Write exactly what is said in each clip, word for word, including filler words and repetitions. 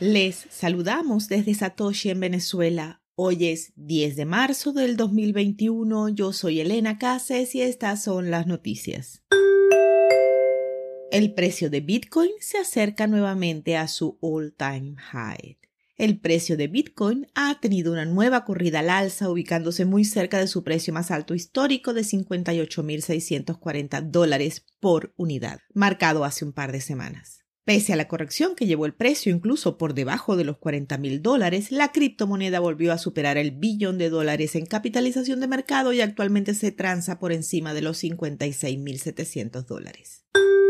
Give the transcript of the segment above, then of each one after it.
Les saludamos desde Satoshi en Venezuela. Hoy es diez de marzo del dos mil veintiuno. Yo soy Elena Cases y estas son las noticias. El precio de Bitcoin se acerca nuevamente a su all-time high. El precio de Bitcoin ha tenido una nueva corrida al alza, ubicándose muy cerca de su precio más alto histórico de cincuenta y ocho mil seiscientos cuarenta dólares por unidad, marcado hace un par de semanas. Pese a la corrección que llevó el precio incluso por debajo de los cuarenta mil dólares, la criptomoneda volvió a superar el billón de dólares en capitalización de mercado y actualmente se transa por encima de los cincuenta y seis mil setecientos dólares.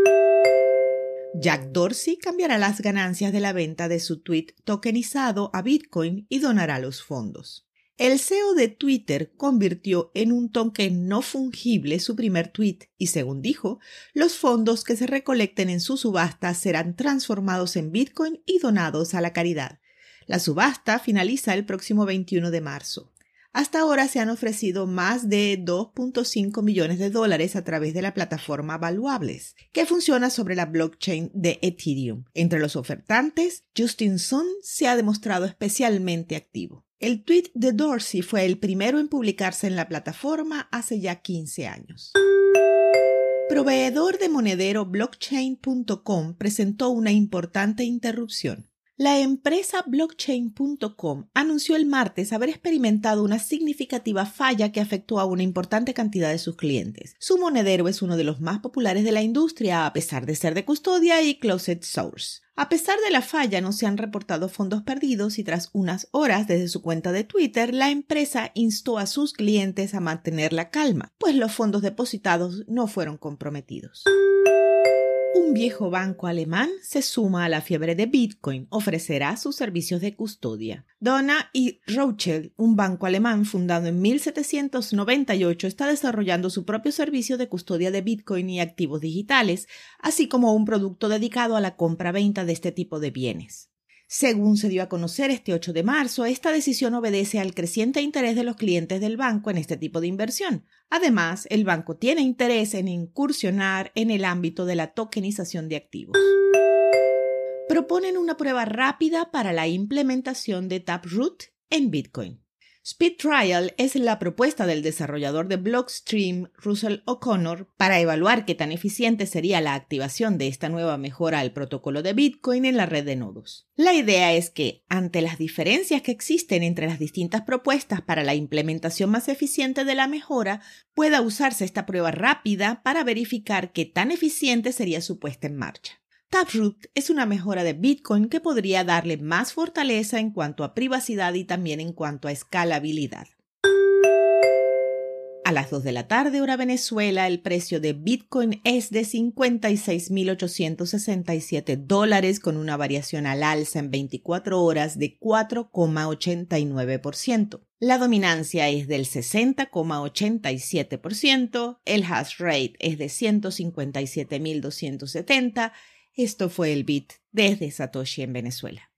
Jack Dorsey cambiará las ganancias de la venta de su tweet tokenizado a Bitcoin y donará los fondos. El C E O de Twitter convirtió en un token no fungible su primer tweet y, según dijo, los fondos que se recolecten en su subasta serán transformados en Bitcoin y donados a la caridad. La subasta finaliza el próximo veintiuno de marzo. Hasta ahora se han ofrecido más de dos punto cinco millones de dólares a través de la plataforma Valuables, que funciona sobre la blockchain de Ethereum. Entre los ofertantes, Justin Sun se ha demostrado especialmente activo. El tweet de Dorsey fue el primero en publicarse en la plataforma hace ya quince años. Proveedor de monedero blockchain punto com presentó una importante interrupción. La empresa blockchain punto com anunció el martes haber experimentado una significativa falla que afectó a una importante cantidad de sus clientes. Su monedero es uno de los más populares de la industria, a pesar de ser de custodia y closed source. A pesar de la falla, no se han reportado fondos perdidos y tras unas horas desde su cuenta de Twitter, la empresa instó a sus clientes a mantener la calma, pues los fondos depositados no fueron comprometidos. Un viejo banco alemán se suma a la fiebre de Bitcoin, ofrecerá sus servicios de custodia. Donna y Rothschild, un banco alemán fundado en mil setecientos noventa y ocho, está desarrollando su propio servicio de custodia de Bitcoin y activos digitales, así como un producto dedicado a la compra-venta de este tipo de bienes. Según se dio a conocer este ocho de marzo, esta decisión obedece al creciente interés de los clientes del banco en este tipo de inversión. Además, el banco tiene interés en incursionar en el ámbito de la tokenización de activos. Proponen una prueba rápida para la implementación de Taproot en Bitcoin. Speed Trial es la propuesta del desarrollador de Blockstream, Russell O'Connor, para evaluar qué tan eficiente sería la activación de esta nueva mejora al protocolo de Bitcoin en la red de nodos. La idea es que, ante las diferencias que existen entre las distintas propuestas para la implementación más eficiente de la mejora, pueda usarse esta prueba rápida para verificar qué tan eficiente sería su puesta en marcha. Taproot es una mejora de Bitcoin que podría darle más fortaleza en cuanto a privacidad y también en cuanto a escalabilidad. A las dos de la tarde, hora Venezuela, el precio de Bitcoin es de cincuenta y seis mil ochocientos sesenta y siete dólares con una variación al alza en veinticuatro horas de cuatro coma ochenta y nueve por ciento. La dominancia es del sesenta coma ochenta y siete por ciento, el hash rate es de ciento cincuenta y siete mil doscientos setenta. Esto fue el Bit desde Satoshi en Venezuela.